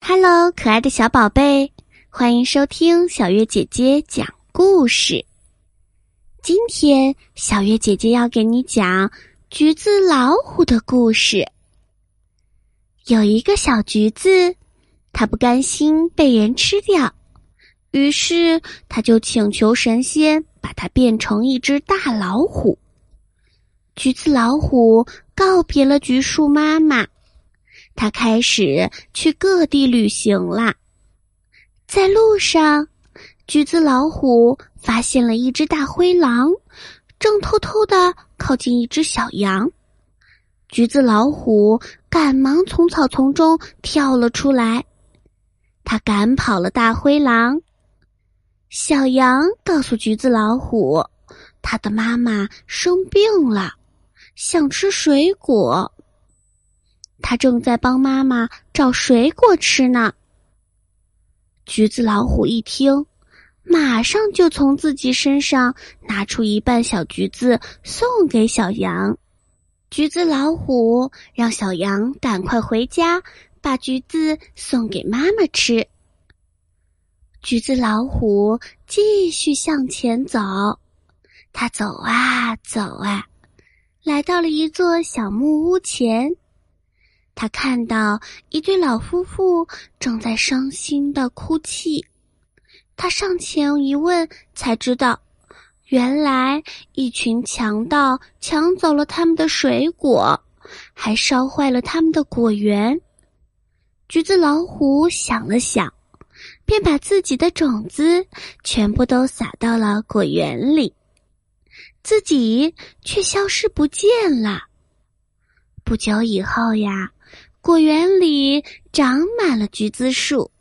Hello， 可爱的小宝贝，欢迎收听小月姐姐讲故事。今天小月姐姐要给你讲橘子老虎的故事。有一个小橘子，它不甘心被人吃掉，于是它就请求神仙把它变成一只大老虎。橘子老虎告别了橘树妈妈，他开始去各地旅行啦。在路上，橘子老虎发现了一只大灰狼，正偷偷地靠近一只小羊。橘子老虎赶忙从草丛中跳了出来，他赶跑了大灰狼。小羊告诉橘子老虎，他的妈妈生病了，想吃水果。他正在帮妈妈找水果吃呢。橘子老虎一听，马上就从自己身上拿出一半小橘子送给小羊。橘子老虎让小羊赶快回家，把橘子送给妈妈吃。橘子老虎继续向前走，他走啊走啊，来到了一座小木屋前。他看到一对老夫妇正在伤心地哭泣，他上前一问，才知道原来一群强盗抢走了他们的水果，还烧坏了他们的果园。橘子老虎想了想，便把自己的种子全部都撒到了果园里，自己却消失不见了。不久以后呀，果园里长满了橘子树，